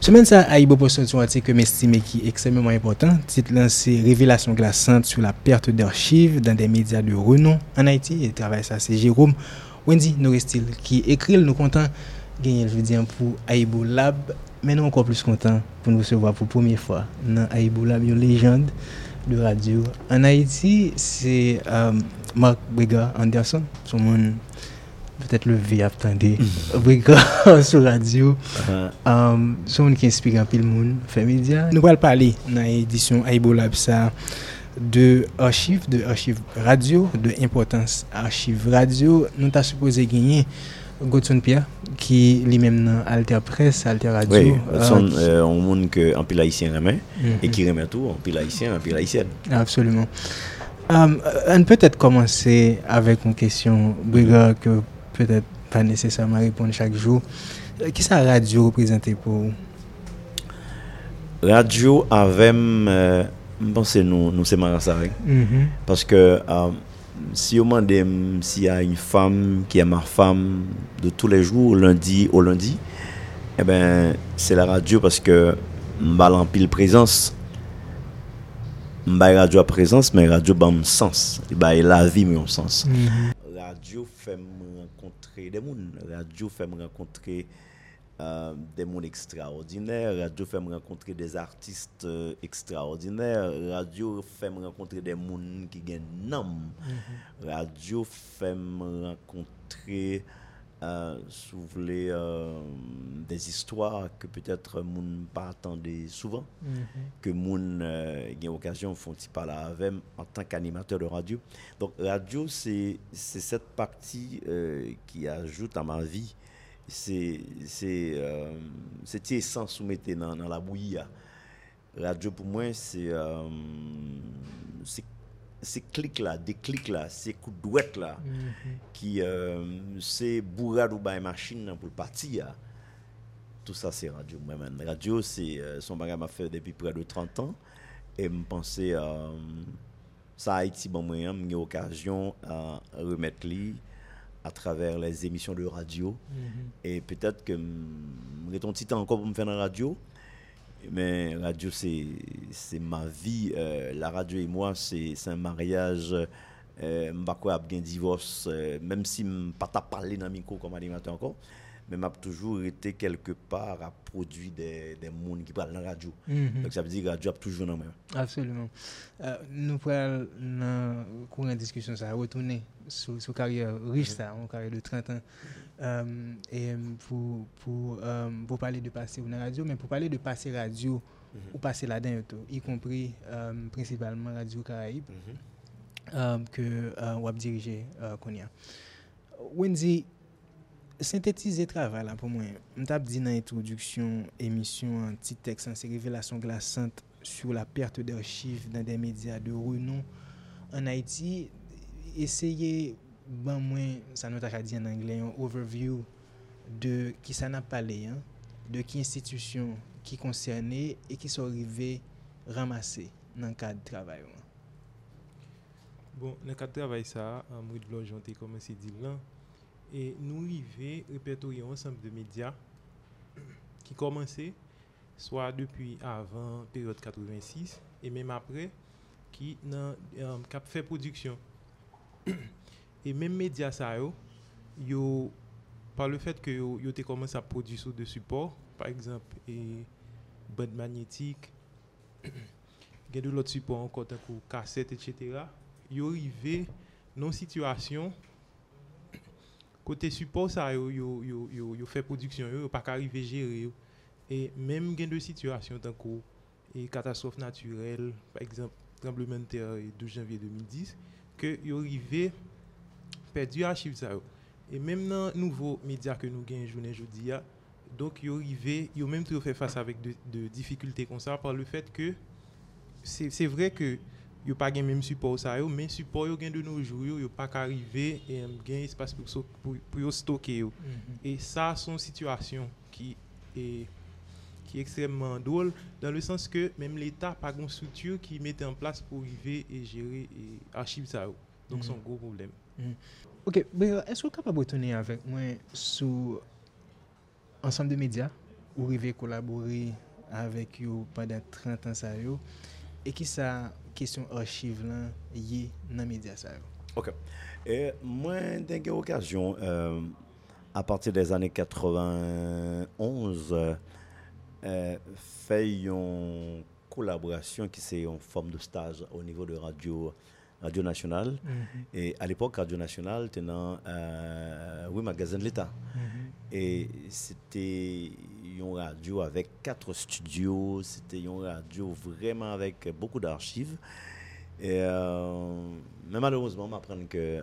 Semaine ça, Aïbo poste un article que m'estime qui est extrêmement important. Titre là, c'est Révélation glaçante sur la perte d'archives dans des médias de renom en Haïti. Et travail ça, c'est Jérôme Wendy Norestil qui écrit. Nous content gagner, je veux dire, pour Aïbo Lab. Mais nous encore plus content pour nous recevoir pour la première fois dans Aïbo Lab, une légende de radio en Haïti. C'est Marc Brega Anderson, son monde peut-être le V attendez Brega sur radio. Son monde qui inspire un peu le monde fait média. Nous allons parler dans l'édition Aïbo Lab ça de archives radio, de importance archives radio. Nous t'a supposé gagner Godson Pierre qui lui-même dans Alter Presse, Alter Radio. Oui, son un monde que en pile haïtien remet et qui remet tout en pile haïtien, en pile haïtienne. Absolument. On peut-être commencer avec une question Briga que peut-être pas nécessairement répondre chaque jour. Qui ça radio représenté pour vous? Radio avec pense nous c'est marrant ça parce que si on demande s'il y a une femme qui est ma femme de tous les jours lundi au lundi, eh ben c'est la radio parce que m'ba l'empile présence, m'ba radio à présence mais radio bam sens, bah la vie mais un sens. Radio fait me rencontrer des monde, radio fait me rencontrer des mondes extraordinaires, radio fait me rencontrer des artistes extraordinaires, radio fait me rencontrer des mondes qui gagnent nom, radio fait me rencontrer des histoires que peut-être moun pas attendait souvent, que moun gagne occasion font parler avec en tant qu'animateur de radio. Donc radio c'est cette partie qui ajoute à ma vie. C'est essence soumettre dans la bouillie. Radio pour moi c'est clic là, des clics là, ces coups de douette là qui c'est bourrade ou ba machine pour partir. Tout ça c'est radio moi même. Radio c'est son bagage m'a fait depuis près de 30 ans et me penser ça Haïti bon moi j'ai occasion à remettre lui à travers les émissions de radio et peut-être que j'ai ton petit temps encore pour me faire dans la radio mais radio c'est ma vie la radio et moi c'est un mariage m'pa quoi bien divorce même si m'pas ta parler dans micro comme animateur encore mais m'a toujours été quelque part à produire des monde qui parlent dans la radio. Donc ça veut dire que la radio a toujours dans moi. Absolument. Nous pourrons dans courant de discussion ça retourner sur carrière riche ça, une carrière de 30 ans. Et pour parler de passer dans la radio, mais pour parler de passer radio ou passer là-dedans y compris principalement Radio Caraïbe que on va diriger Konya. Wendy synthétiser travail là pour moi. On t'a dit dans l'introduction émission un petit texte c'est Révélation glaçante sur la perte d'archives dans des médias de renom en Haïti. Essayer ben moi ça nous t'a dit en anglais un overview de qui ça n'a parlé de qui institution qui concerné et qui sont arrivés ramasser dans le cadre de travail. Bon, dans le cadre de travail ça, moi de l'ont commencé dire là. Et nous arrivons répertorier un ensemble de médias qui commençaient soit depuis avant période 86 et même après qui cap fait production et même médias ça yo par le fait que yo te commencé à produire sur de support par exemple et bande magnétique il y a de l'autre support encore tant que cassette etc. yo arrivé dans situation côté support ça yo fait production yo pas arriver gérer et même gain de situation tant que et catastrophe naturelle par exemple tremblement de terre 12 janvier 2010 que yo arrivé perdu archive ça et même dans nouveau média que nous gain journée jodi a donc yo arrivé yo même tout fait face avec de difficultés comme ça par le fait que c'est vrai que yo pas gen même support ça yo mais support yo gen de nos jours yo pas arriver et gen espace pour yo stocker yo et ça son situation qui est extrêmement drôle dans le sens que même l'état pas gon structure qui mettait en place pour arriver et gérer et archive ça yo donc c'est un gros problème. OK, mais est-ce que vous capable de retourner avec moi sur ensemble de médias ou arrivé collaborer avec eux pendant 30 ans ça yo et qui ça question archive là y dans les médias ça yo. OK. Et moi j'ai eu l'occasion à partir des années 91 faire une collaboration qui c'est en forme de stage au niveau de Radio Nationale. Et à l'époque, Radio Nationale était dans magasin de l'État. Et c'était une radio avec 4 studios. C'était une radio vraiment avec beaucoup d'archives. Et mais malheureusement, on m'apprend que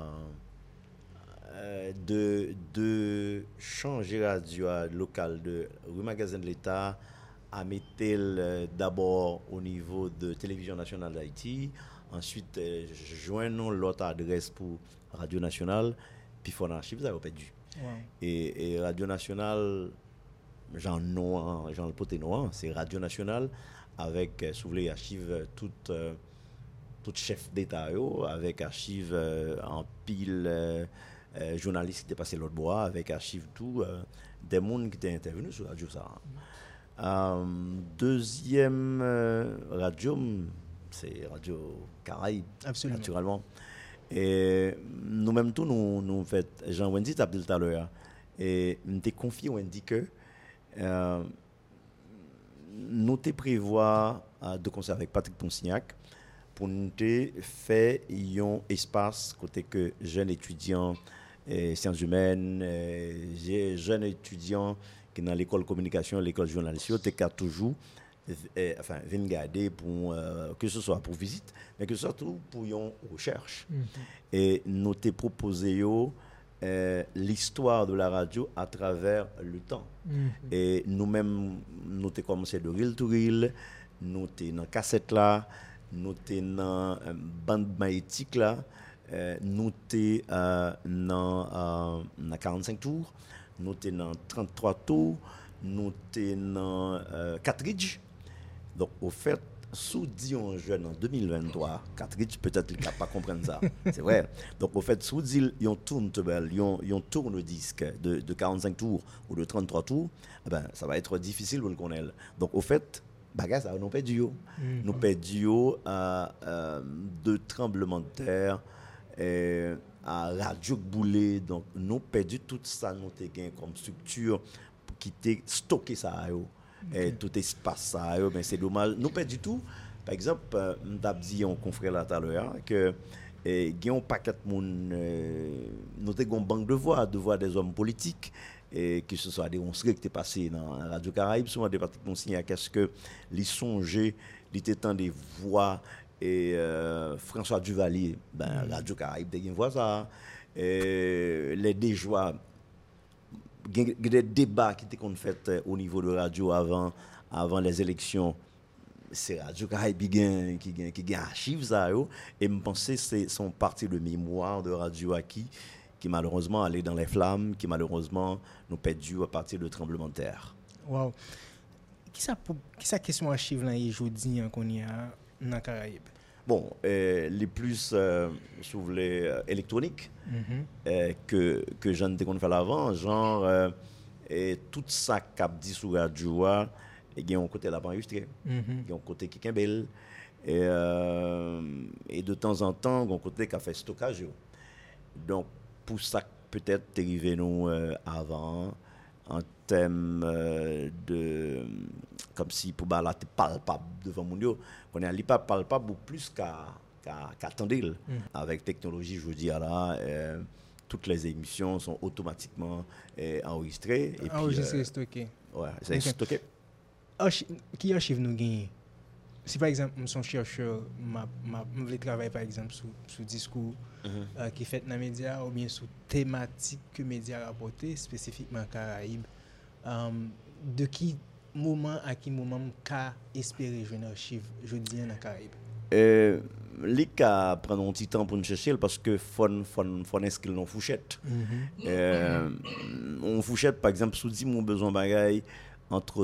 de changer radio locale de magasin de l'État à mettre d'abord au niveau de Télévision Nationale d'Haïti. Ensuite, joignons l'autre adresse pour Radio Nationale, puis Fond Archives, ça a perdu. Wow. Et Radio Nationale, Jean le Poté Noir, c'est Radio Nationale avec, si vous voulez, archives toutes chef d'État, avec archives en pile, journalistes qui étaient passés l'autre bois, avec archives tout, des mondes qui étaient intervenus sur Radio ça. Deuxième radio, c'est Radio Caraïbe, absolument, naturellement. Et nous-mêmes, tout, nous fait, Jean-Wendy t'a dit tout à l'heure, et nous t'ai confié, Wendy, que nous t'ai prévoir de concert avec Patrick Ponsignac pour nous faire un espace côté que jeunes étudiants sciences humaines, jeunes étudiants qui dans l'école communication, l'école journalistique, t'es toujours venir garder pour que ce soit pour visite, mais que ce soit tout pour une recherche. Et nous t'ai proposé l'histoire de la radio à travers le temps. Et nous-mêmes, nous t'ai commencé de reel to reel, nous t'ai dans cassette là, nous t'ai dans bande magnétique là, nous t'ai dans 45 tours, nous t'ai dans 33 tours, nous t'ai dans cartridge. Donc au fait, sous dit un jeune en 2023, cartridge peut-être il ne pas comprendre ça. C'est vrai. Donc au fait, sous dit un tourne-disque de 45 tours ou de 33 tours, eh ben ça va être difficile pour le connaître. Donc au fait, bagage ça nous perdu. Nous perdu de tremblements de terre à radio boulet, donc nous perdu tout ça nous t'ai gagné comme structure qui t'ai stocké ça et tout espace ça mais c'est dommage nous perdu tout. Par exemple m't'a dit un confrère là tout à l'heure que il y a un paquet de monde nous t'ai une banque de voix des hommes politiques et que ce soit des onsres qui étaient passés dans Radio Caraïbe souvent des Patrick Ponsignac qu'est-ce que les songer les temps des voix et François Duvalier Radio Caraïbe des voix ça les déjoies des débats qui étaient faits au niveau de radio avant les élections. C'est Radio Caraïbe qui gagne archives ça et me penser c'est son parti de mémoire de radio qui malheureusement allait dans les flammes, qui malheureusement nous perdu à partir de tremblements de terre. Wow. Qui ça question archive là aujourd'hui qu'on y a dans Caraïbe? Bon, les plus si vous voulez électroniques que j'en ai fait avant, genre tout ça cap dit sur radio il y a un côté là enregistré, il y a un côté qui est belle et de temps en temps un côté qui a fait stockage. Donc pour ça peut-être arrivé nous avant en termes de comme si pour la palpable devant mon Dieu qu'on est pas palpable plus qu'attendre avec technologie je veux dire là toutes les émissions sont automatiquement enregistrées et enregistrées stockées. Ouais, c'est stocké. Qui archive nous gagne? Si par exemple je suis chercheur je veux travailler par exemple sur discours qui fait dans les médias ou bien sur thématique que les médias rapportent spécifiquement Caraïbes, de qui moment à qui moment qu'a espérer jouer une archive je dis dans Caraïbes? Les cas prendre un petit temps pour nous chercher parce que faut inscrire dans fourchette. On fourchette par exemple sous dit mon besoin bagaille entre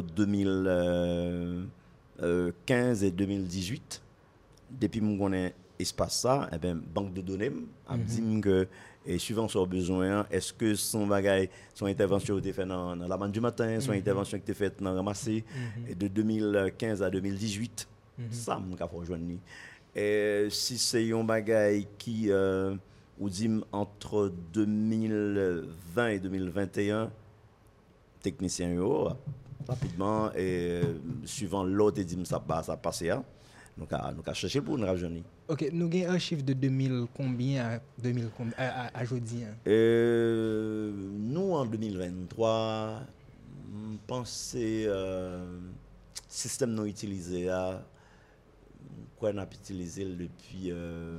2015 et 2018 depuis mon connaît espace ça et ben banque de données a dit que Et suivant son besoin, est-ce que son bagage, son intervention était faite dans la bande du matin, son intervention qui était faite dans ramassé, et de 2015 à 2018, ça, je vais rejoindre. Et si c'est un bagage qui, ou dit entre 2020 et 2021, technicien yo, rapidement, et suivant l'autre, dit ça passe. Nous avons cherché pour nous rajeunir. Ok, nous avons un chiffre de 2000 combien à 2000 à jeudi? Nous, en 2023, je pense que le système non utilisé, qu'on a utilisé depuis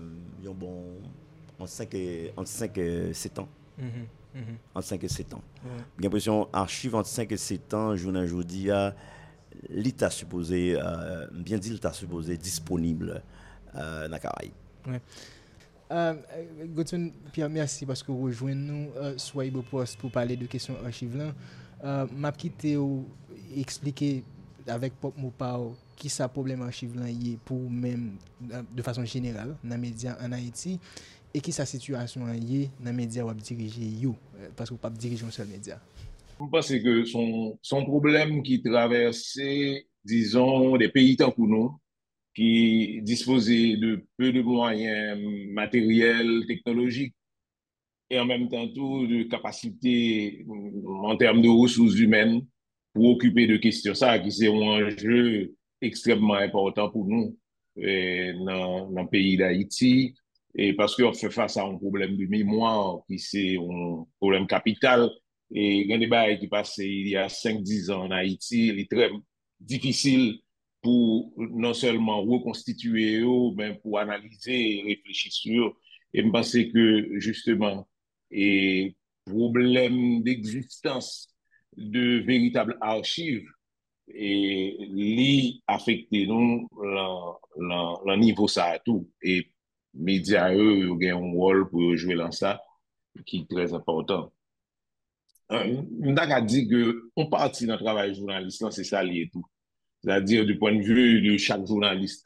en 5 et 7 ans. Entre 5 et 7 ans. J'ai l'impression archive entre 5 et 7 ans, journée aujourd'hui, l'État supposé, bien dit l'État supposé disponible dans la Caraïbe. Godson, Pierre, merci parce que vous rejoignez nous sur Ibo Post pour parler de questions archives là. M'a quitté expliquer avec Pop Moupao qui ça problème archive là pour même de façon générale dans les médias en Haïti et qui sa situation là dans les médias ou diriger parce que vous pas diriger un seul média. Je pense que son problème qui traversait, disons, des pays tant que nous, qui disposaient de peu de moyens matériels, technologiques, et en même temps tout de capacités en termes de ressources humaines pour occuper de questions. Ça, qui c'est un enjeu extrêmement important pour nous dans le pays d'Haïti, et parce qu'on fait face à un problème de mémoire qui c'est un problème capital. Et il y a des débat qui passé il y a 5-10 ans en Haïti, il est très difficile pour non seulement reconstituer, mais pour analyser et réfléchir sur. Et je pense que justement, et problème d'existence de véritables archives et li affecté nous le niveau ça à tout. Et médias eux ont un rôle pour jouer dans ça qui est très important. M'daka dit que on partit dans le travail journaliste, c'est ça lié tout. C'est-à-dire du point de vue de chaque journaliste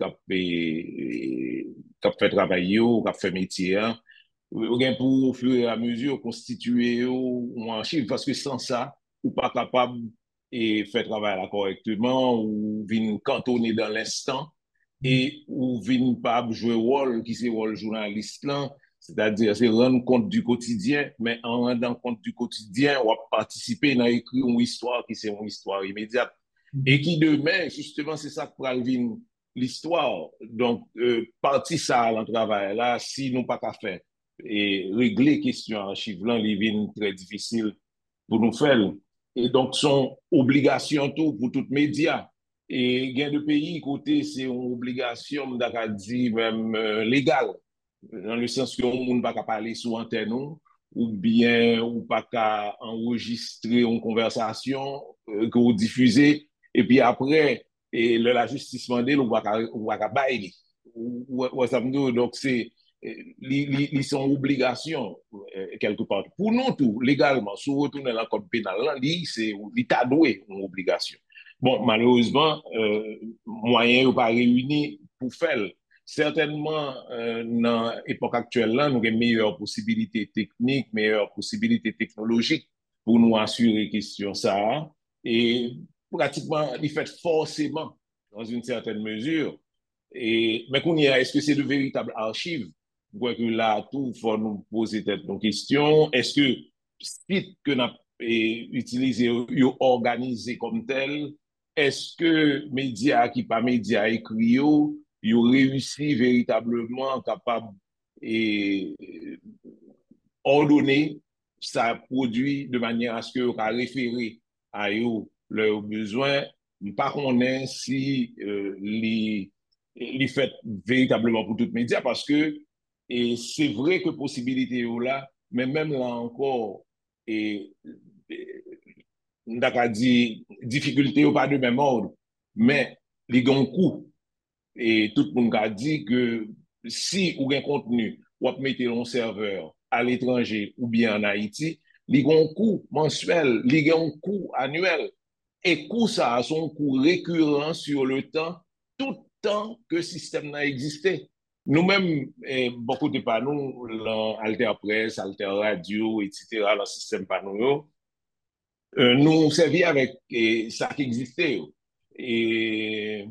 qui a fait travailler ou qui a fait métier, ou bien pour au fur et à mesure constituer ou archive parce que sans ça, ou pas capable et faire travail là correctement ou vinn cantonner dans l'instant et ou vinn pas jouer rôle qui c'est rôle journaliste là. C'est-à-dire, c'est rendre compte du quotidien, mais en rendant compte du quotidien, on va participer à écrire une histoire qui c'est une histoire immédiate. Et qui demain, justement, c'est ça pour venir l'histoire. Donc, partie ça dans le travail là, si nous pas qu'à faire et régler question archive là, il devient très difficile pour nous faire. Et donc, son obligation tout pour tout média. Et gain de pays, côté, c'est une obligation, d'accord, dit même légale dans le sens que on ne peut pas parler sous antenne ou bien ou pas qu'à enregistrer une conversation que vous diffusez et puis après et la justice mandé on va bailler donc c'est ils sont obligations quelque part pour nous tout légalement si vous retournez dans le code pénal c'est l'état doué une obligation bon malheureusement moyens sont pas réunis pour faire. Certainement, dans l'époque actuelle, là, nous avons meilleures possibilités techniques, meilleures possibilités technologiques pour nous assurer question ça. Et pratiquement, il fait forcément, dans une certaine mesure. Mais est-ce que c'est de véritables archives? Quoi que là, tout, il faut nous poser nos questions. Est-ce que site que nous avons utilisé, organisé comme tel, est-ce que médias qui pas médias écrits, ils ont réussi véritablement capable et ordonner ça produit de manière à ce que ça référé à eux leurs besoins. Par contre, si les fait véritablement pour tout média parce que et c'est vrai que possibilité est là, mais même là encore et d'accord dit difficulté ou pas de même ordre, mais les grands coûts et tout le monde a dit que si ou un contenu ou mettre un serveur à l'étranger ou bien en Haïti, il y a un coût mensuel, il y a un coût annuel. Et coût ça a son coût récurrent sur le temps, tout temps que le système n'a existé. nous-mêmes, beaucoup de panneaux, Alter Presse, Alter Radio, etc., le système panneau, nous servi avec ça qui existait. Et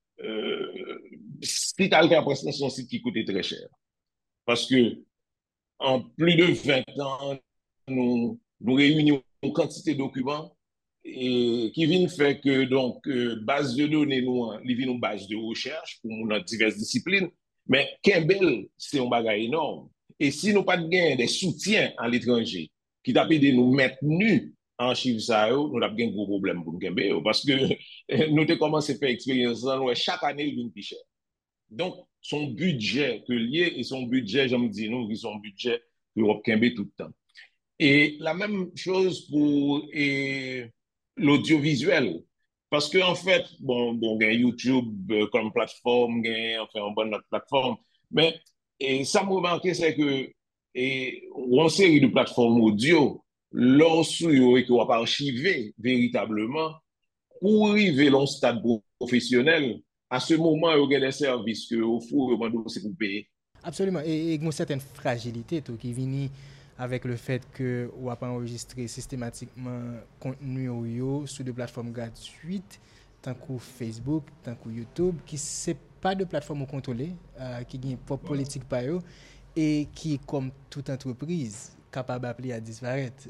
site Alter Presse, c'est un site qui coûtait très cher. Parce que en plus de 20 ans, nous réunions une quantité de documents qui viennent faire que donc base de données nous une base de recherche pour notre diverses disciplines, mais Kembel c'est un bagage énorme et si nous pas de gain des soutiens à l'étranger qui t'a de nous mettre nus en chiffre ça nous avons un gros problème pour Kembel parce que nous avons commencé à faire expérience chaque année il vient plus cher. Donc son budget que lié et son budget j'aime dire nous qui son budget Europe Kembel tout le temps. Et la même chose pour l'audiovisuel. Parce qu'en en fait, bon, YouTube comme plateforme, enfin, une bonne notre plateforme. Mais ça m'a remarqué, c'est que une série de plateformes audio, lorsque et qu'on va archiver véritablement, pour arriver à un stade professionnel, à ce moment, il y a des services que, au fond, c'est pour payer. Absolument. Et une certaine fragilité tout, qui vient avec le fait que on va pas enregistrer systématiquement contenu sur des plateformes gratuites, tant que Facebook, tant que YouTube, qui c'est pas de plateforme contrôlée, qui ont une propre politique par eux, et qui, comme toute entreprise, capable d'appeler à disparaître.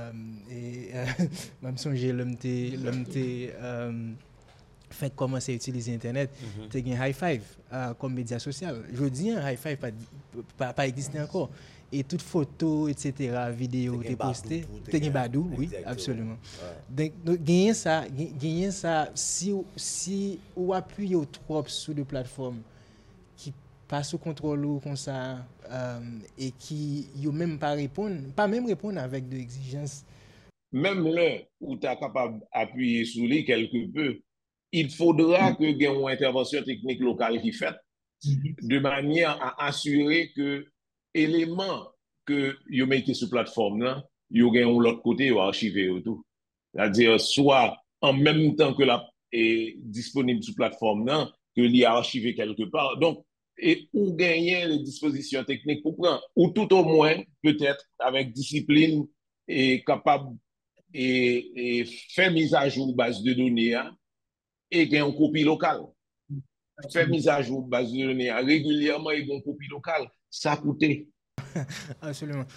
Même songer l'homme fait commencer à utiliser Internet, tu as un High Five comme média social. Je dis un High Five pas existé encore. Et toutes photos, etc., vidéos, tu posté, tu as un Badou, oui, absolument. Ouais. Donc, gagner ça, si on appuie trop sur des plateformes qui passent sous contrôle ou comme ça, et qui ne même pas répondre avec des exigences. Même là où tu es capable d'appuyer sur lui quelque peu, il faudra que il y ait une intervention technique locale qui faite de manière à assurer que éléments que vous mettez sur plateforme là, vous avez l'autre côté ou archivé ou tout. C'est-à-dire soit en même temps que la est disponible sur plateforme là, que l'y a archivé quelque part. Donc et ou gagner les dispositions techniques pour prendre ou tout au moins peut-être avec discipline et capable et faire mise à jour base de données et qu'il y ait une copie locale. Faire mise à jour base de données régulièrement et une copie locale, ça coûte. Absolument.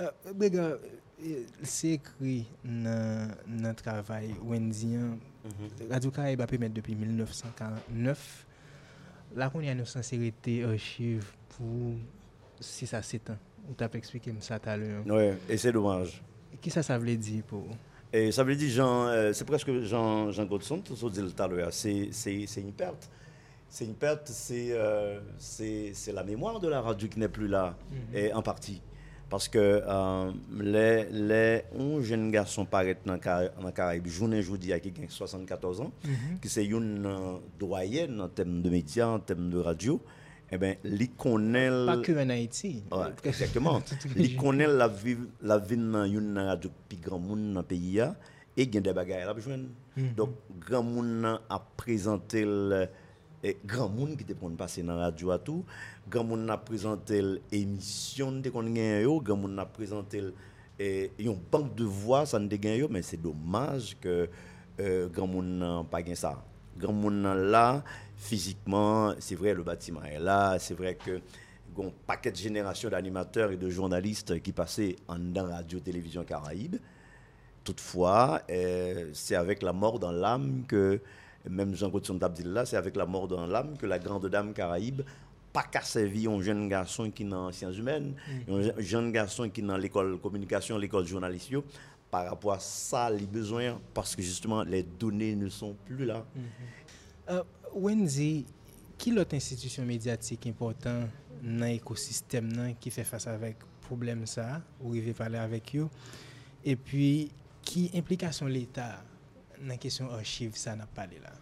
C'est écrit dans le travail Wendy. Radio Caraïbe a pu mettre depuis 1949. Là, on y a une sincérité archive pour 6 à 7 ans. On t'a expliqué ça tout à l'heure. Oui, et c'est dommage. Qu'est-ce que ça veut dire pour vous? Et ça veut dire, c'est presque Jean Godson, tout ce que dit tout à l'heure, c'est une perte. C'est une perte, c'est la mémoire de la radio qui n'est plus là, et en partie. Parce que les jeunes garçons paraissent dans la Caraïbe, journée jeudi, qui a 74 ans, qui c'est une doyenne en termes de médias, en termes de radio. Eh bien, ils connaissent... Pas que en Haïti. Ouais, exactement. Ils connaissent la vie dans une radio plus grand monde dans le pays et il y a des bagages à besoin. Donc, grand monde a présenté grand monde qui te prend passer dans la radio à tout. Grand monde a présenté l'émission de qu'on gagne, grand monde a présenté une banque de voix ça ne gagne, mais c'est dommage que grand monde n'a pas gagné ça. Grand monde là physiquement, c'est vrai le bâtiment est là, c'est vrai que un paquet de générations d'animateurs et de journalistes qui passaient en radio télévision Caraïbe. Toutefois, c'est avec la mort dans l'âme que même Jean-Godson Tabdilla, c'est avec la mort dans l'âme que la grande dame Caraïbe pas qu'à servir un jeune garçon qui est dans sciences humaines, un jeune garçon qui est dans l'école communication, l'école journalistique. Par rapport à ça, les besoins, parce que justement, les données ne sont plus là. Wendy, quelle autre institution médiatique importante dans l'écosystème qui fait face avec problème ça, ou arriver parler avec eux, et puis qui implication l'État dans la question archive ça n'a pas là?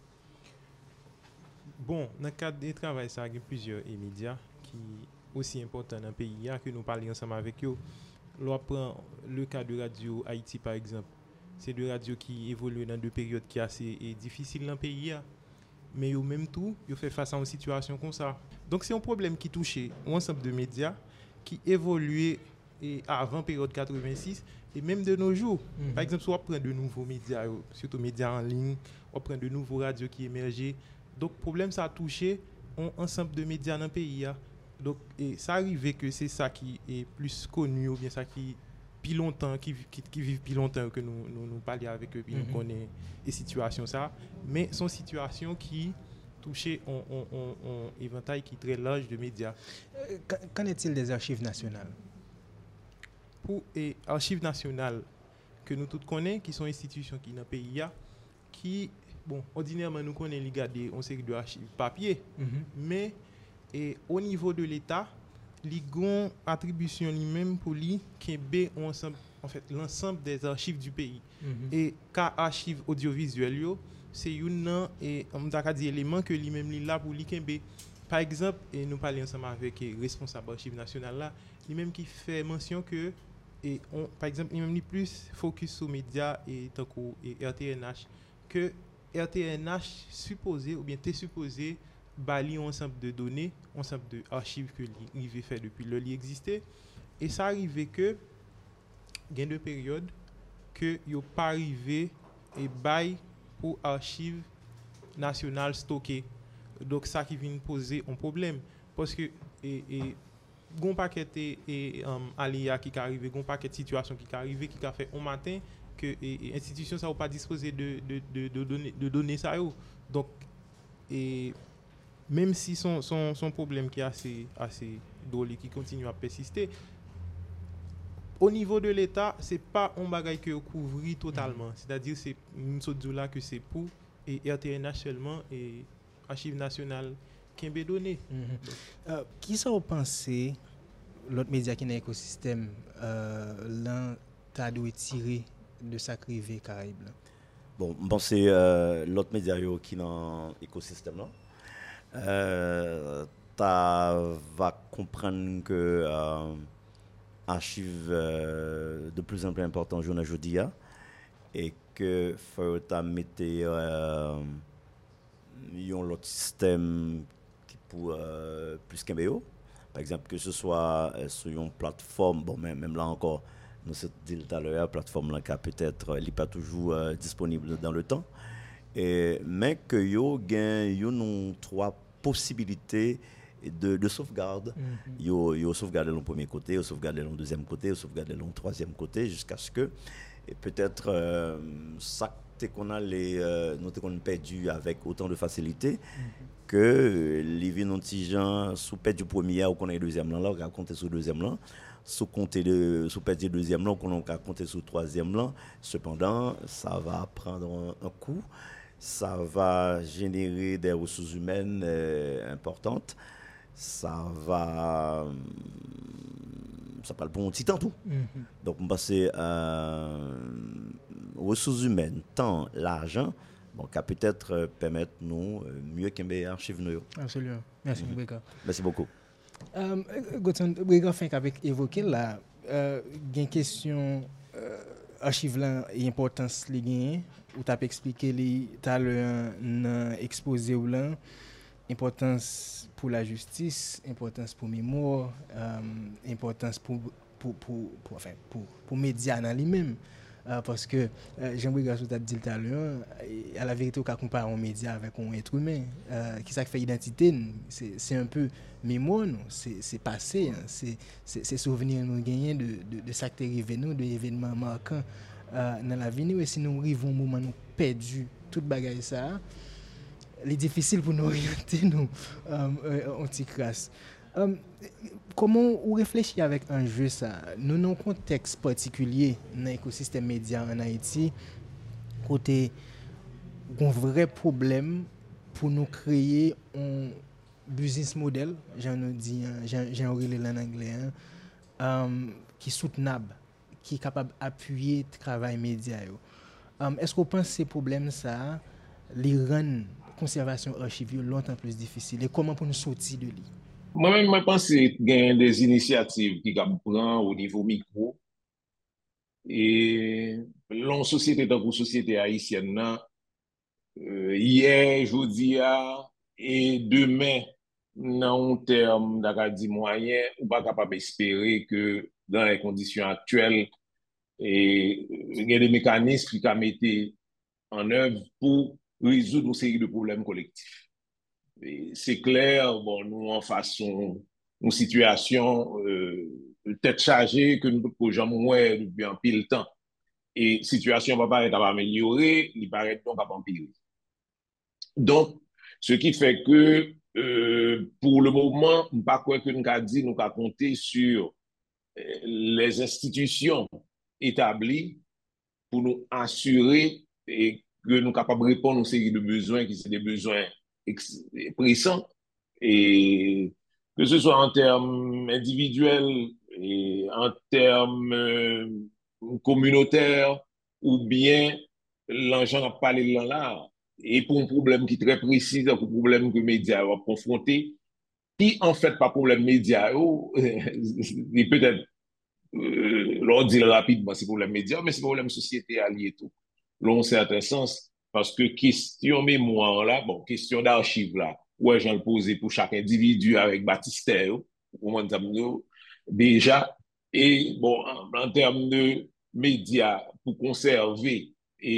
Bon, dans le cadre du travail, ça il y a plusieurs médias qui sont aussi importants dans le pays que nous parlons ensemble avec eux. On prend le cas de Radio Haïti par exemple. C'est de radio qui évolue dans deux périodes qui sont assez difficiles dans le pays. mais yo même tout, yo fait face à une situation comme ça. Donc c'est un problème qui touchait un ensemble de médias qui évoluait et avant période 86 et même de nos jours. Par exemple, si on prend de nouveaux médias, surtout médias en ligne, on prend de nouveaux radios qui émergeaient. Donc problème ça a touché un ensemble de médias dans le pays. Donc et ça arrivait que c'est ça qui est plus connu ou bien ça qui plus longtemps qui vivent plus longtemps que nous parlions avec eux puis nous connaissons les situations ça, mais sont situations qui toucher un éventail qui est très large de médias. Qu'en est-il des archives nationales? Pour les archives nationales que nous tous connaissons, qui sont institutions qui dans le pays, qui, bon, ordinairement nous connaissons les garder on série de archives papier, mais et au niveau de l'État, les ont attribution lui-même pour lui qui est ensemble, en fait, l'ensemble des archives du pays. Et cas archives audiovisuelles, c'est une et on t'a dit élément que lui-même là pour lui qui par exemple et nous parlons ensemble avec le responsable archives nationales là, lui-même qui fait mention que et on par exemple lui-même plus focus sur médias et tant que RTNH que RTNH supposé ou bien t'es supposé bali ensemble de données, ensemble de archives que il fait depuis le lit existait et ça arrivait que gain de période que yo pas arrivé et bail pour archives nationales stockées. Donc ça qui vient poser un problème parce que et gon paquet et aléa qui arrivé, gon paquet de situation qui arrivé qui a fait un matin que institution ça ou pas disposer de donner ça yo. Donc et même si son problème qui est assez drôle qui continue à persister au niveau de l'État, c'est pas un bagage que couvrit totalement. C'est-à-dire c'est une sorte de là que c'est pour et RTNH seulement et Archives nationales qui ont donné. Qui ça vous pensez l'autre média qui est dans l'écosystème là t'as dû tirer de sa crivé Caraïbes? Bon, c'est l'autre média qui est dans l'écosystème là. Tu vas comprendre que archives de plus en plus important journée aujourd'hui et que faut mettre l'autre système qui pour plus qu'un BO par exemple que ce soit sur une plateforme bon même là encore nous se dit tout à l'heure plateforme là qui peut-être n'est pas toujours disponible dans le temps et mais que yo gagne trois possibilités de sauvegarde. Yo sauvegarde le premier côté, yo sauvegarde le deuxième côté, yo sauvegarde le troisième côté jusqu'à ce que et peut-être ça qu'on a nous qu'on perdu avec autant de facilité que les vins petits gens sous perdre du premier ou qu'on a le deuxième là, on va compter sur le deuxième là, sous perdre du deuxième là, on va compter sur le troisième là. Cependant, ça va prendre un coup, ça va générer des ressources humaines importantes. Ça va le bon petit temps tout. Donc on passe ressources humaines, temps, l'argent, bon qui peut-être permettre nous mieux qu'un meilleur archive nous. Absolument. Merci Brega. Merci beaucoup. Godson Brega fait qu'avec évoqué là une question archive là et importance les gain ou t'as expliqué les t'as le exposé ou là importance pour la justice, importance pour mémoire, importance pour médias dans lui-même. Parce que Jean-Brice Gassou t'a dit tout à l'heure, à la vérité, on peut comparer un média avec un être humain. Qui ça fait identité, c'est un peu mémoire, non? C'est passé, hein? C'est souvenir nous gagner de ça qui est arrivé, nous, de événements marquants dans la vie. Et si nous arrivons au moment où nous perdu toute bagaille ça, il est difficile pour nous orienter nous anti-crasse. Comment vous réfléchissez avec un jeu ça? Nous dans un contexte particulier dans l'écosystème média en Haïti, côté un vrai problème pour nous créer un business model, j'en dis, j'en relais en anglais, qui est soutenable, qui est capable d'appuyer le travail média. Est-ce qu'on pense que ces problèmes ça les rendent conservation archive longtemps plus difficile et comment pour nous sortir de lui? Moi-même, je pense qu'il y a des initiatives qui prennent au niveau micro et la société dans la société haïtienne, hier, jeudi, et demain, dans un terme d'acadie moyen, on pas capable d'espérer que dans les conditions actuelles, il y a des mécanismes qui sont mis en œuvre pour résoudre une série de problèmes collectifs. C'est clair, bon, nous en façon, une situation tête chargée que nous pouvons jamais depuis un pile temps. Et situation va pas être améliorée, il paraît donc à empirer. Donc, ce qui fait que pour le moment, pas quoi que nous avons dit, nous avons compté sur les institutions établies pour nous assurer et que nous sommes capables de répondre à une série de besoins qui sont des besoins pressants et que ce soit en termes individuels et en termes communautaires ou bien l'enjeu a parlé là et pour un problème qui est très précis, un problème que les médias vont confronter, qui en fait pas problème média, et peut-être l'on dit rapidement c'est problème média, mais c'est problème société allié tout. Dans un certain sens, parce que question mémoire là, bon, question d'archives là, ouais, j'en le posé pour chaque individu avec Baptistère, déjà, et bon, en termes de médias pour conserver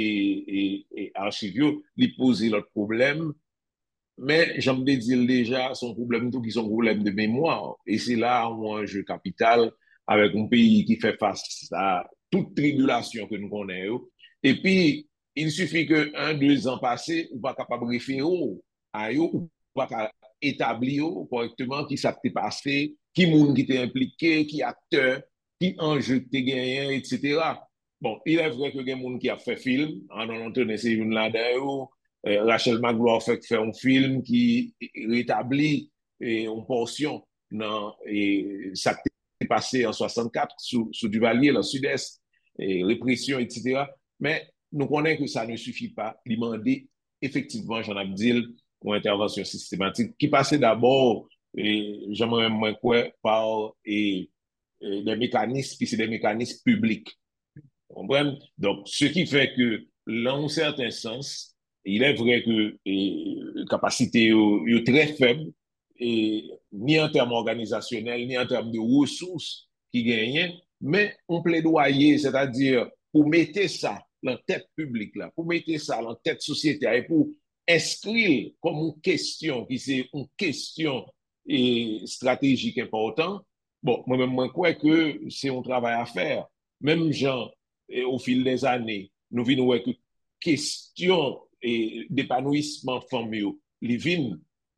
et archives, il poser l'autre problème, mais j'aime dire déjà, son problème tout qui sont problème de mémoire. Et c'est là où un jeu capital avec un pays qui fait face à toute tribulation que nous connaissons. Et puis, il suffit que 1, 2 ans passés, on va capable de référer à eux, ou pas établir correctement qui s'est passé, qui monde qui était impliqué, qui acteur, qui enjeu qui gagné, etc. Bon, il est vrai que il y a des gens qui a fait film, en entendant c'est une là-dedans, Rachel Magloire fait un film qui rétablit une portion dans ça qui est passé en 64 sous Duvalier, dans le sud-est, répression, etc. Mais nous connaissons que ça ne suffit pas. Il demander effectivement, Jean Abdil, une intervention systématique qui passait d'abord, j'aimerais moins quoi, par des mécanismes qui sont des mécanismes publics. Donc, ce qui fait que, dans un certain sens, il est vrai que la capacité est très faible, et, ni en termes organisationnels, ni en termes de ressources qui gagnent, mais on plaidoyer, c'est-à-dire pour mettre ça dans la tête publique, là, pour mettre ça dans la tête sociétaire et pour inscrire comme une question, qui c'est une question stratégique importante. Bon, moi-même, moi, crois que c'est un travail à faire. Même gens, et au fil des années, nous venons avec question d'épanouissement familial, les vignes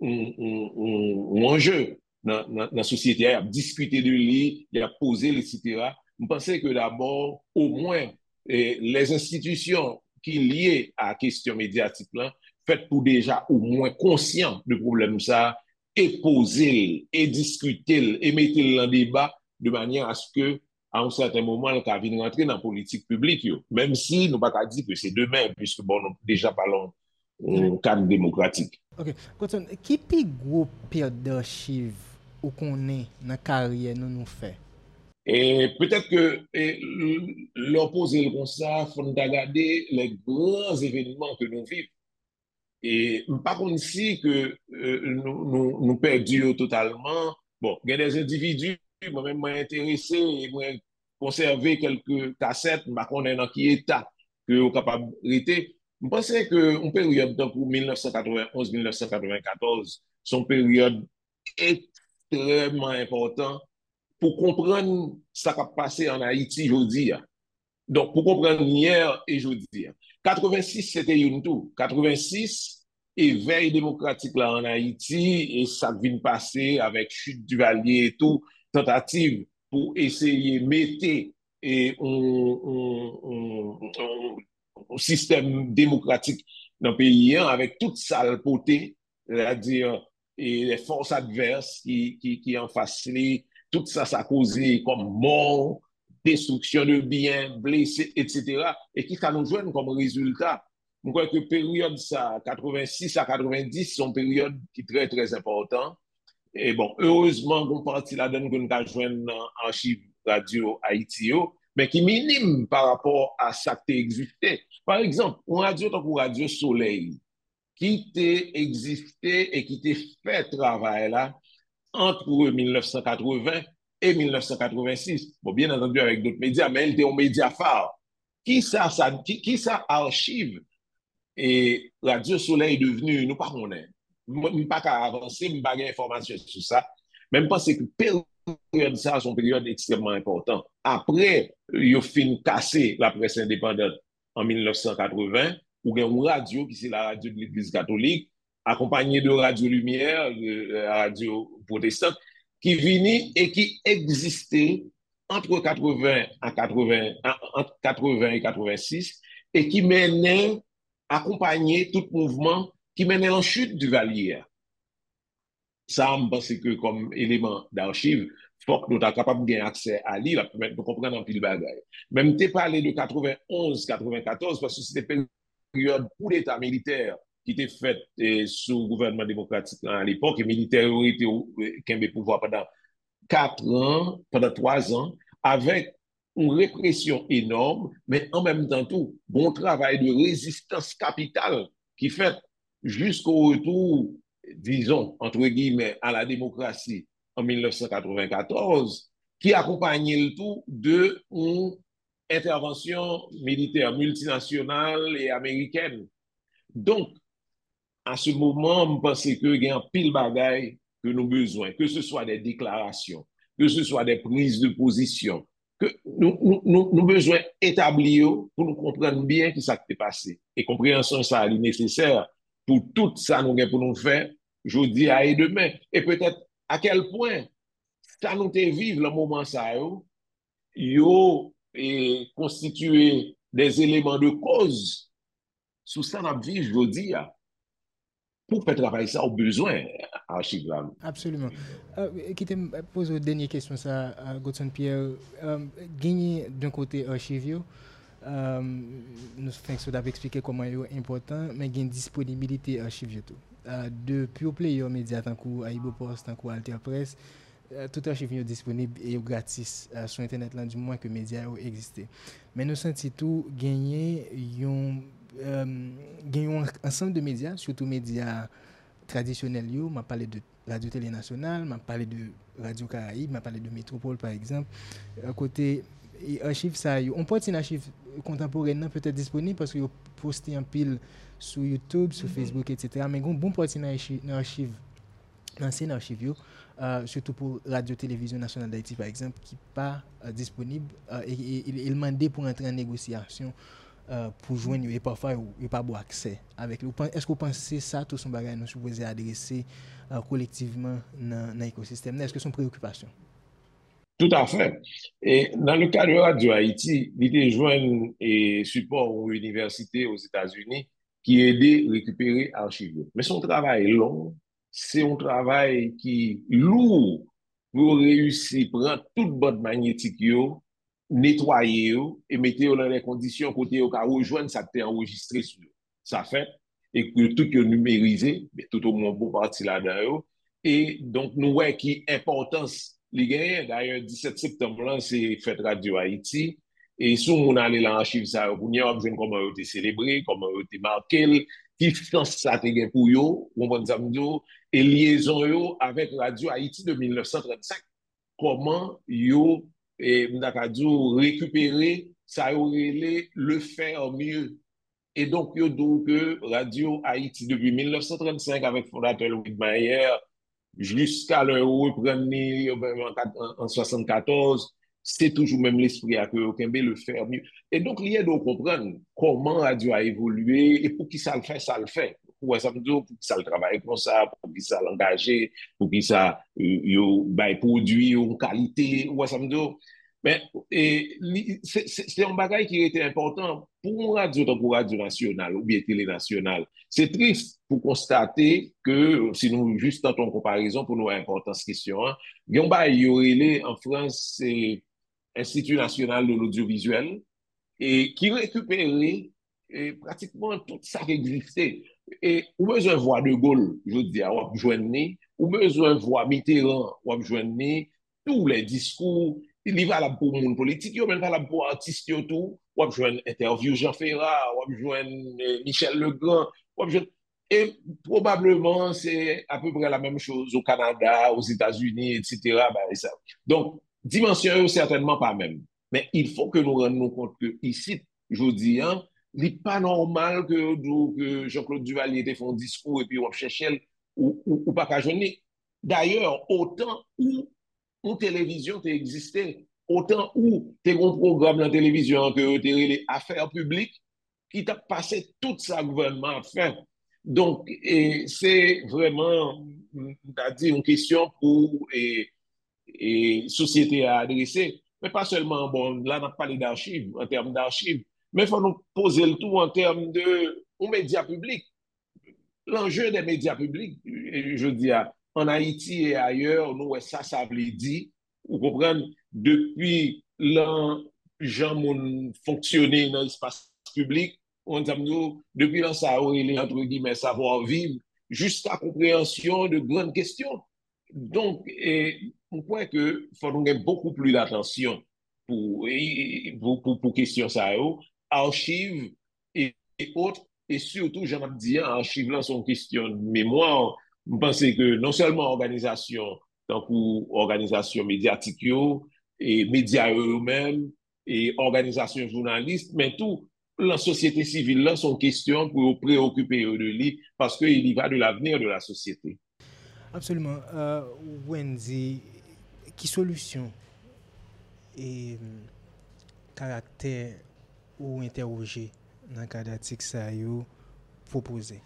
un enjeu dans la société, il a discuté de lui, il a posé, etc. Je pensais que d'abord, au moins, les institutions qui liées à la question médiatique, là, faites pour déjà au moins conscient de problème ça, et poser, et discuter, et mettre le débat de manière à ce que à un certain moment, le cas vient rentrer dans la politique publique, yo. Même si nous ne pouvons pas dire que c'est demain, puisque bon, nous déjà parlons au cadre démocratique. Ok, Cotton, qui est le gros période d'archives ou qu'on est dans la carrière nous fait? Et peut-être que l'opposé comme ça, il faut regarder les grands événements que nous vivons. Et par contre, ici, que nous perdons totalement, bon, il y a des individus, moi-même, moi intéressé, et moi conserver quelques cassettes, je connais dans quel état que vous capable de. Je pensais qu'une période pour 1991-1994, son période extrêmement importante pour comprendre ce qui a passé en Haïti aujourd'hui. Donc, pour comprendre hier et aujourd'hui. 86, c'était une tout. 86, éveil démocratique là en Haïti, et ça vient passer avec chute du Valier et tout, tentative pour essayer de mettre un système démocratique dans le pays avec toute sa beauté, c'est-à-dire les forces adverses qui en facilitent, tout ça, ça a causé comme mort, destruction de biens, blessés, etc. Et qui ça nous joint comme résultat. Je crois que période ça, 86 à 90, sont périodes qui sont très, très importantes. Et bon, heureusement, on partit là-dedans que nous avons joint dans l'archive radio Haïti, mais qui est minime par rapport à ça qui existait. Par exemple, on radio, tant qu'on Radio Soleil, qui t'est existé et qui t'est fait travail là entre 1980 et 1986. Bon, bien entendu avec d'autres médias, mais elle était un média phare. Qui ça archive et Radio Soleil est devenu, nous pas connaît. Pas qu'à avancer, je pas d'informations sur ça. Même pas c'est que période ça, son période extrêmement importante. Après, il a fini casser la presse indépendante en 1980, ou bien une radio qui c'est la radio de l'Église catholique, accompagnée de Radio Lumière, de la radio protestante, qui venait et qui existait entre 80 à 80, entre 80 et 86, et qui menait accompagner tout mouvement qui menait en chute du Valier. Ça, je pense que comme élément d'archive, il faut que nous soyons capables d'avoir accès à l'île, pour comprendre un peu le bagage. Même tu parlé de 91, 94, parce que c'était une période pour l'État militaire qui était faite sous le gouvernement démocratique à l'époque, et les militaires ont été qui ont pouvoir pendant 4 ans, pendant 3 ans, avec une répression énorme, mais en même temps tout, bon travail de résistance capitale qui fait jusqu'au retour, disons, entre guillemets, à la démocratie en 1994, qui accompagnait le tout d'une intervention militaire multinationale et américaine. Donc, à ce moment, je pense qu'il y a un pile bagaille que nous avons besoin, que ce soit des déclarations, que ce soit des prises de position, que nous besoin établir pour nous comprendre bien ce qui s'est passé. Et compréhension, ça est nécessaire pour tout ça nous pour nous faire, jeudi à et demain. Et peut-être à quel point ça nous fait vivre le moment ça, yo, et constituer des éléments de cause sous ça nous vivre jeudi. Pour faire travailler ça, au besoin, archive là. Absolument. Qui te pose une dernière question, ça, Godson Pierre. Gagner d'un côté archive, nous faisons expliquer comment il est important, mais il y a une disponibilité archive tout. De pure player médias, tant que Aibo Post, tant que Alter Press, tout archive est disponible et gratis sur Internet, là, du moins que les médias existent. Mais nous sentons tout gagner un ensemble de médias, surtout médias traditionnels. Je m'a parlé de Radio-Télé Nationale, m'a parlé de Radio Caraïbe, m'a parlé de Métropole par exemple. Côté archives, ça, on peut une archive contemporaine peut-être disponible parce que vous postez en pile sur YouTube, sur Facebook, etc. Mais bon partie dans archive, l'ancienne archive, surtout pour Radio-Télévision Nationale d'Haïti par exemple, qui n'est pas disponible et il demandait pour entrer en négociation pour joindre et parfois il n'y a pas bon accès avec lui. Est-ce que vous pensez ça, tout son bagage nous supposé adresser collectivement dans l'écosystème? Est-ce que c'est une préoccupation? Tout à fait. Et dans le cas de Radio Haïti, il était joint et support aux universités aux États-Unis qui aidait à récupérer archives. Mais son travail est long, c'est un travail qui est lourd pour réussir à prendre toute bonne magnétique, nettoyer et mettre dans les conditions côté au cas rejoindre ça t'est enregistré sur ça fait et que tout est numérisé, mais tout au moins bon parti là-dedans. Et donc, nous voyons qui importance les gagnants. D'ailleurs, 17 septembre, c'est Fête Radio Haïti. Et si on allait dans l'archive, ça, on a vu comment on a été célébré, comment on a été marqué, qui sens ça a été pour eux, et liaison avec Radio Haïti de 1935. Comment yo et récupérer ça aurait le faire mieux. Et donc, yo donc Radio Haïti depuis 1935 avec fondateur Louis Mayer jusqu'à l'heure où en 74, c'est toujours même l'esprit à que Okembe le faire mieux. Et donc, il y a de comprendre comment Radio a évolué et pour qui ça le fait, ça le fait. Pour ça me dit, pour qui ça le travaille comme ça, pour qui ça l'engagé, pour qui ça produit en qualité, ou ça me dit. Mais c'est un bagage qui était important pour une radio nationale ou bien télé nationale. C'est triste pour constater que, si nous, juste dans ton comparaison, pour nous, importance question, il y a en France, c'est Institut national de l'audiovisuel, et qui récupérait pratiquement tout ça qui existait. Et ou besoin de voir De Gaulle, je veux dire, ou besoin de voir Mitterrand, ou besoin tous les discours. Il est valable pour le monde politique, il est même valable pour artistes tout. Ou besoin interview Jean Ferrat, ou besoin Michel Legrand, ou besoin Et probablement, c'est à peu près la même chose au Canada, aux États-Unis, etc. Ben, et ça. Donc, dimension certainement pas même. Mais il faut que nous rendions compte que ici, je vous dis, hein, il n'est pas normal que Jean-Claude Duvalier te fait un discours et puis on cherche ou pas qu'à journée. D'ailleurs, autant où une télévision t'a existé, autant où t'es un programme dans la télévision que t'es les affaires publiques qui t'a passé tout ça gouvernement à faire. Donc, c'est vraiment, c'est-à-dire une question pour société à adresser. Mais pas seulement, bon, là, on a parlé d'archives, en termes d'archives, mais il faut nous poser le tout en termes de médias publics. L'enjeu des médias publics, je dis, en Haïti et ailleurs, nous, ça veut dire, vous comprenez, depuis l'an, gens ont fonctionné dans l'espace public, on dit, depuis l'an, ça a été, entre guillemets, savoir-vivre, jusqu'à compréhension de grandes questions. Donc, on croit qu'il faut nous mettre beaucoup plus d'attention pour questions ça, archives et autres, et surtout, j'en ai dit, archives là sont question de mémoire. Je pense que non seulement organisation, tant que organisation médiatique, et médias eux-mêmes, et organisation journaliste, mais tout, la société civile là sont questions pour préoccuper de lui, parce qu'il y va de l'avenir de la société. Absolument. Wendy, qui solution et caractère ou interroger dans le cas d'article ça proposé?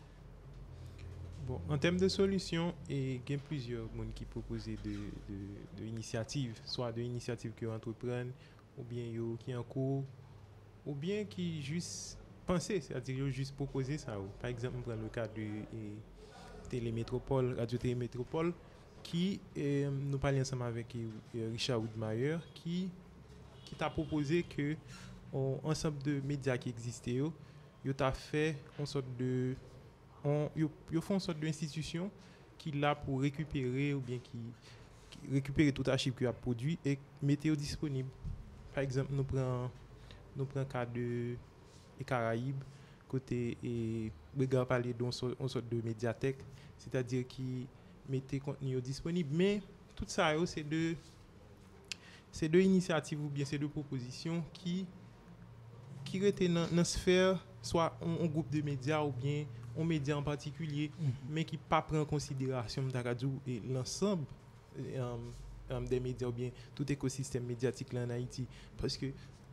Bon, en termes de solutions, il y a plusieurs personnes qui proposent de initiatives, soit de initiatives qui entreprennent, ou bien qui en cours, ou bien qui juste penser, c'est-à-dire juste proposer ça. Par exemple, on prend le cas de Télémétropole, Radio Télémétropole, qui nous parlons ensemble avec Richard Woodmeyer, qui t'a proposé que ensemble de médias qui existaient, ils t'a fait une sorte de ils font une sorte d'institution qui est là pour récupérer ou bien qui récupérer tout archive qu'il a produit et mettre disponible. Par exemple, nous prenons le cas de les Caraïbes, côté et regarde parler d'une sorte de médiathèque, c'est-à-dire qui mettait contenu disponible. Mais tout ça, c'est deux initiatives ou bien c'est deux propositions qui étaient dans la sphère, soit un groupe de médias ou bien un média en particulier, mais qui pas prend en considération et l'ensemble des médias ou bien tout écosystème médiatique là en Haïti. Parce que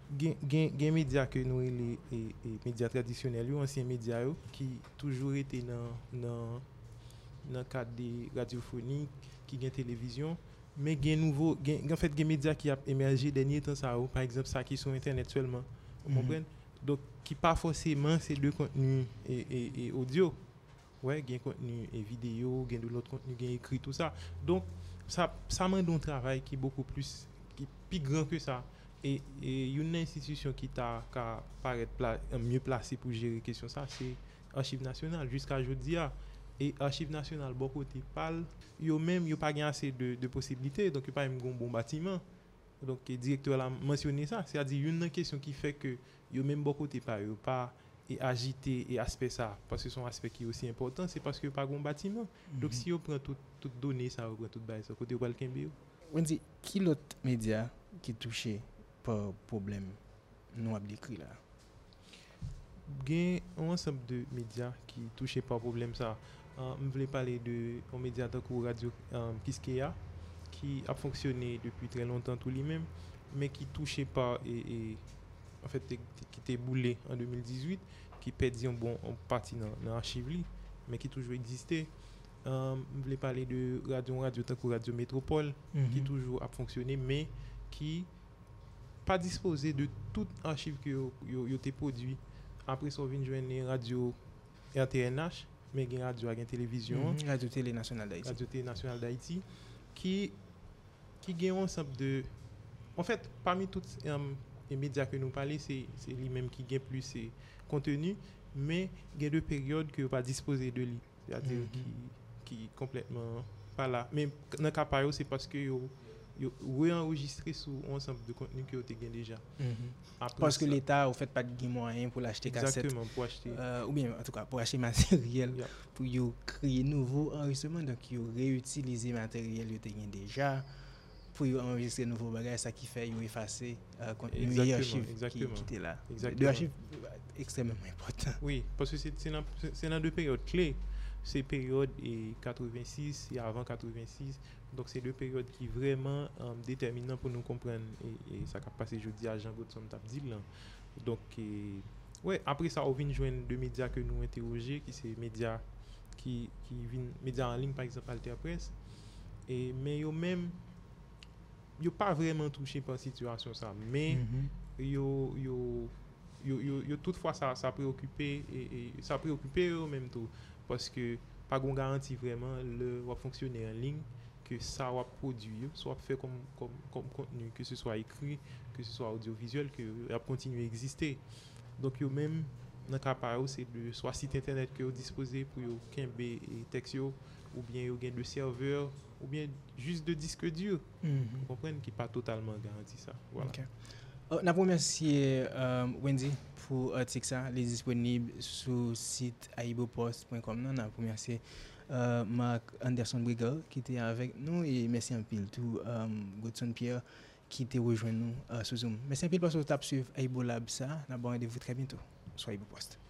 les médias que nous les médias traditionnels, les anciens médias qui toujours été dans le cadre des radiophoniques, qui gagne télévision, mais en fait des médias qui a émergé dernier temps ça, par exemple ça qui sont internet seulement. Vous comprenez? Donc qui pas forcément ces deux contenus et audio. Ouais, il y a contenu et vidéo, il y a de l'autre contenu, il y a écrit tout ça. Donc ça demande un travail qui est beaucoup plus grand que ça. Et une institution qui t'a paraît mieux placée pour gérer question ça, c'est Archives nationales jusqu'à aujourd'hui. Et Archives nationales beaucoup de parle, yo même yo pas gain assez de possibilités, donc yo pas un bon bâtiment. Donc le directeur a mentionné ça, c'est-à-dire une question qui fait que yo même beaucoup de pas et agiter et aspect ça parce que son aspect qui est aussi important, c'est parce que pas un bâtiment. Donc si on prend toute données ça, on prend toute base, côté ou quelqu'un bio. Wendy, qui l'autre média qui touché par problème nous a décrit là? Il y a un ensemble de médias qui touchent par problème ça. Je voulais parler de un média de radio Kiskeya qui a fonctionné depuis très longtemps tout lui-même, mais qui touchait pas en fait qui était boulé en 2018, qui perdit en partie dans l'archive, mais qui toujours existait. Je voulais parler de Radio Métropole qui toujours a fonctionné, mais qui pas disposé de toute archive que yo te produit. Après ça vient joindre radio RTNH, mais il y a radio avec télévision, Radio Télé Nationale d'Haïti. Radio Télé Nationale d'Haïti qui gagne un ensemble de en fait parmi tous les médias que nous parlons, c'est lui-même qui gagne plus ses contenus, mais il y a deux périodes que pas disposer de lui, c'est-à-dire qui complètement pas là. Mais dans le cas par c'est parce que yo réenregistrer sur un ensemble de contenu que vous avez déjà. Après Parce que ça- l'État, au fait, pas de moyens pour l'acheter cassette. Exactement, pour acheter. Ou bien, en tout cas, pour acheter matériel, Yeah. pour yo créer nouveau enregistrement. Donc, yo réutiliser matériel yo te gen déjà, pour yo enregistrer nouveau bagage, ça qui fait yo effacer contenu et Exactement, archives qui exactement. était là. Exactement. Deux archives extrêmement important. Oui, parce que c'est dans deux périodes clés. C'est période et 86 et avant 86. Donc c'est deux périodes qui vraiment déterminantes pour nous comprendre et ça a passé jeudi à Jean Godson t'a dit là. Donc ouais, après ça on vient joindre deux médias que nous interroger qui c'est médias qui viennent médias en ligne par exemple Alter Presse et mais yo même yo pas vraiment touché par situation ça mais yo toutefois ça préoccupé et ça préoccupé eux même tout parce que pas gon garantie vraiment le va fonctionner en ligne que ça va produire soit fait comme contenu que ce soit écrit que ce soit audiovisuel que va continuer à exister donc yo même dans cas par c'est de soit site internet que vous disposez pour yo kembe et texte yo ou bien yo gain de serveur ou bien juste de disque dur vous comprenez qui pas totalement garanti ça voilà. Okay. On a remercié Wendy pour l'article ça, il est disponible sur le site aibopost.com. On a remercié Marc Anderson Brigal qui était avec nous et merci un pile tout Godson Pierre qui était rejoint nous sur Zoom. Merci un pile parce que vous avez suivi Aibo Lab ça. On a rendez-vous très bientôt sur Aibo Post.